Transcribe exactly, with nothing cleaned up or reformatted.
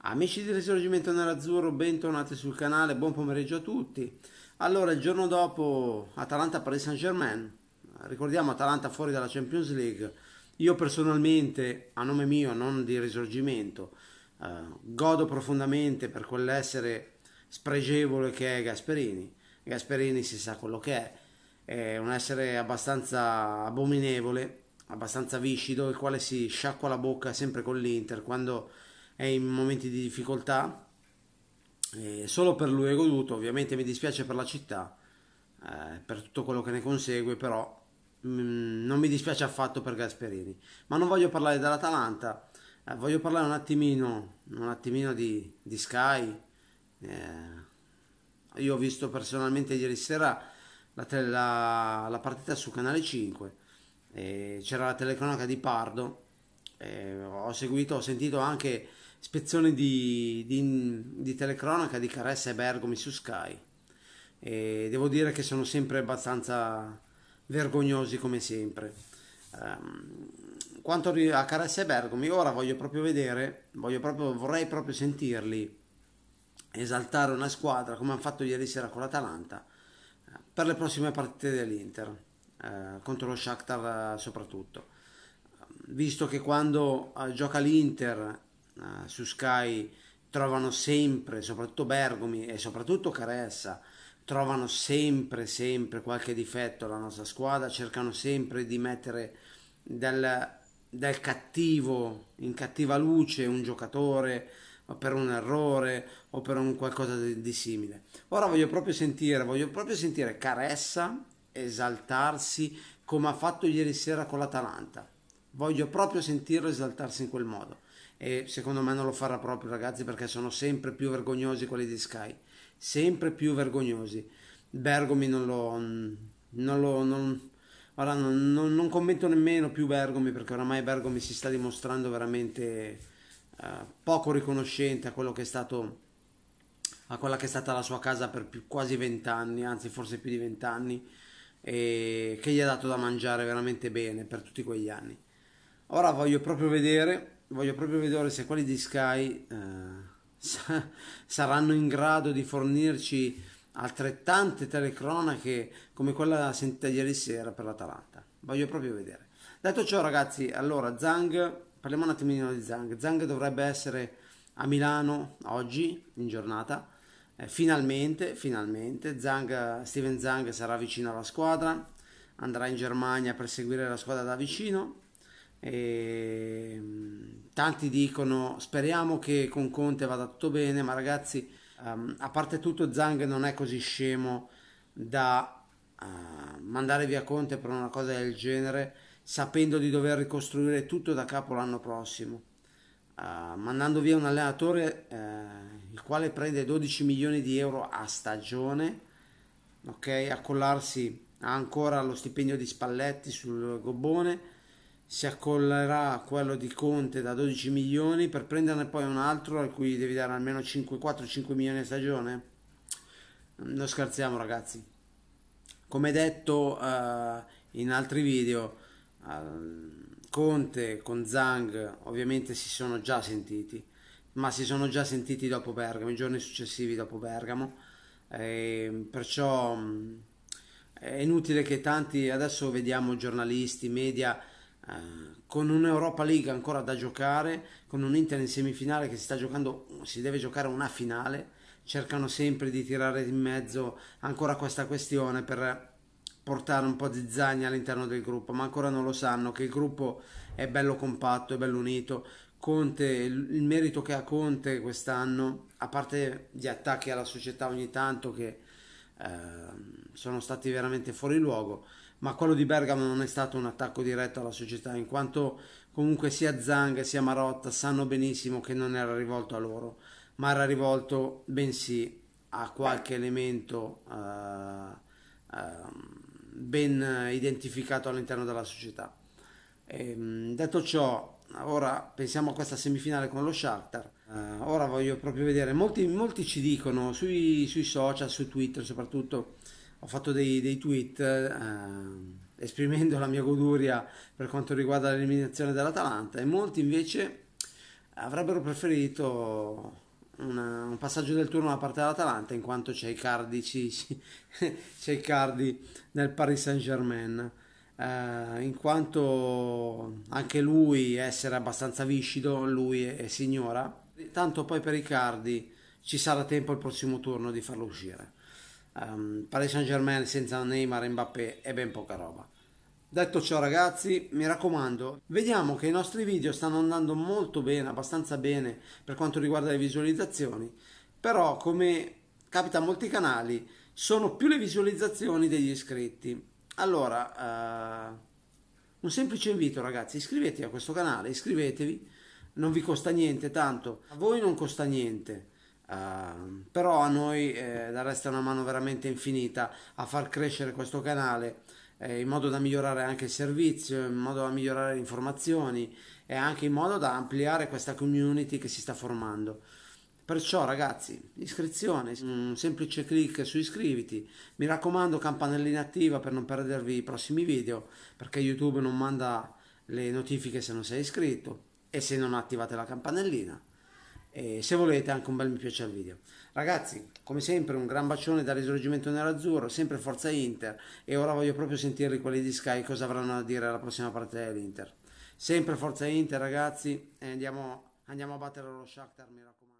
Amici di Risorgimento Nerazzurro, bentornati sul canale, buon pomeriggio a tutti. Allora, il giorno dopo Atalanta-Paris Saint-Germain, ricordiamo Atalanta fuori dalla Champions League. Io personalmente, a nome mio, non di Risorgimento, eh, godo profondamente per quell'essere spregevole che è Gasperini. Gasperini si sa quello che è, è un essere abbastanza abominevole, abbastanza viscido, il quale si sciacqua la bocca sempre con l'Inter quando è in momenti di difficoltà. Eh, solo per lui è goduto, ovviamente mi dispiace per la città, eh, per tutto quello che ne consegue, però mm, non mi dispiace affatto per Gasperini. Ma non voglio parlare dell'Atalanta, eh, voglio parlare un attimino, un attimino di, di Sky. Eh, io ho visto personalmente ieri sera la, tele- la- la partita su Canale cinque, e c'era la telecronaca di Pardo, e ho seguito, ho sentito anche spezzoni di, di, di telecronaca di Caressa e Bergomi su Sky, e devo dire che sono sempre abbastanza vergognosi come sempre. Ehm, quanto ri- a Caressa e Bergomi, ora voglio proprio vedere, voglio proprio, vorrei proprio sentirli esaltare una squadra come hanno fatto ieri sera con l'Atalanta, eh, per le prossime partite dell'Inter, eh, contro lo Shakhtar, eh, soprattutto, visto che quando eh, gioca l'Inter, eh, su Sky, trovano sempre, soprattutto Bergomi e soprattutto Caressa, trovano sempre, sempre qualche difetto alla nostra squadra, cercano sempre di mettere del, del cattivo in cattiva luce un giocatore per un errore o per un qualcosa di, di simile. Ora voglio proprio sentire, voglio proprio sentire Caressa esaltarsi come ha fatto ieri sera con l'Atalanta. Voglio proprio sentirlo esaltarsi in quel modo. E secondo me non lo farà proprio, ragazzi, perché sono sempre più vergognosi quelli di Sky. Sempre più vergognosi. Bergomi non lo... Non lo non, ora non, non, non commento nemmeno più Bergomi, perché oramai Bergomi si sta dimostrando veramente eh, poco riconoscente a quello che è stato, a quella che è stata la sua casa per più, quasi vent'anni, anzi forse più di vent'anni, e che gli ha dato da mangiare veramente bene per tutti quegli anni. Ora voglio proprio vedere, voglio proprio vedere se quelli di Sky, eh, sa- saranno in grado di fornirci altrettante telecronache come quella sentita ieri sera per l'Atalanta. Voglio proprio vedere. Detto ciò, ragazzi, allora Zhang, parliamo un attimino di Zhang. Zhang dovrebbe essere a Milano oggi in giornata. Eh, finalmente, finalmente, Zhang, Steven Zhang sarà vicino alla squadra, andrà in Germania per seguire la squadra da vicino. E, mm, tanti dicono speriamo che con Conte vada tutto bene, ma ragazzi, ehm, a parte tutto, Zhang non è così scemo da eh, mandare via Conte per una cosa del genere, sapendo di dover ricostruire tutto da capo l'anno prossimo. Eh, mandando via un allenatore, eh, il quale prende dodici milioni di euro a stagione, ok, accollarsi ancora lo stipendio di Spalletti sul gobbone, si accollerà a quello di Conte da dodici milioni per prenderne poi un altro a cui devi dare almeno cinque, quattro cinque milioni a stagione. Non scherziamo, ragazzi. Come detto eh, in altri video, eh, Conte con Zhang ovviamente si sono già sentiti, ma si sono già sentiti dopo Bergamo, i giorni successivi dopo Bergamo. E perciò mh, è inutile che tanti, adesso vediamo giornalisti, media, eh, con un'Europa League ancora da giocare, con un Inter in semifinale che si sta giocando, si deve giocare una finale, cercano sempre di tirare in mezzo ancora questa questione per portare un po' di zagna all'interno del gruppo, ma ancora non lo sanno che il gruppo è bello compatto, è bello unito. Conte, il il merito che ha Conte quest'anno, a parte gli attacchi alla società ogni tanto che eh, sono stati veramente fuori luogo, ma quello di Bergamo non è stato un attacco diretto alla società, in quanto comunque sia Zhang sia Marotta sanno benissimo che non era rivolto a loro, ma era rivolto bensì a qualche elemento eh, eh, ben identificato all'interno della società. Ehm, detto ciò, ora pensiamo a questa semifinale con lo Shakhtar. Eh, ora voglio proprio vedere, molti, molti ci dicono sui, sui social, su Twitter soprattutto, ho fatto dei, dei tweet eh, esprimendo la mia goduria per quanto riguarda l'eliminazione dell'Atalanta, e molti invece avrebbero preferito una- un passaggio del turno da parte dell'Atalanta in quanto c'è Icardi, ci- ci- c'è Icardi nel Paris Saint-Germain, eh, in quanto anche lui essere abbastanza viscido, lui e, e signora, tanto poi per Icardi ci sarà tempo il prossimo turno di farlo uscire. Um, Paris Saint-Germain senza Neymar e Mbappé è ben poca roba. Detto ciò, ragazzi, mi raccomando, vediamo che i nostri video stanno andando molto bene, abbastanza bene per quanto riguarda le visualizzazioni, però come capita a molti canali, sono più le visualizzazioni degli iscritti. Allora, eh, un semplice invito, ragazzi, iscrivetevi a questo canale, iscrivetevi, non vi costa niente, tanto a voi non costa niente. Uh, però a noi eh, dareste una mano veramente infinita a far crescere questo canale, eh, in modo da migliorare anche il servizio, in modo da migliorare le informazioni e anche in modo da ampliare questa community che si sta formando. Perciò ragazzi, iscrizione, un semplice clic su iscriviti, mi raccomando campanellina attiva per non perdervi i prossimi video, perché YouTube non manda le notifiche se non sei iscritto e se non attivate la campanellina. E se volete anche un bel mi piace al video. Ragazzi, come sempre un gran bacione dal Risorgimento Nerazzurro, sempre Forza Inter, e ora voglio proprio sentirli quelli di Sky cosa avranno a dire alla prossima partita dell'Inter. Sempre Forza Inter ragazzi, e andiamo, andiamo a battere lo Shakhtar, mi raccomando.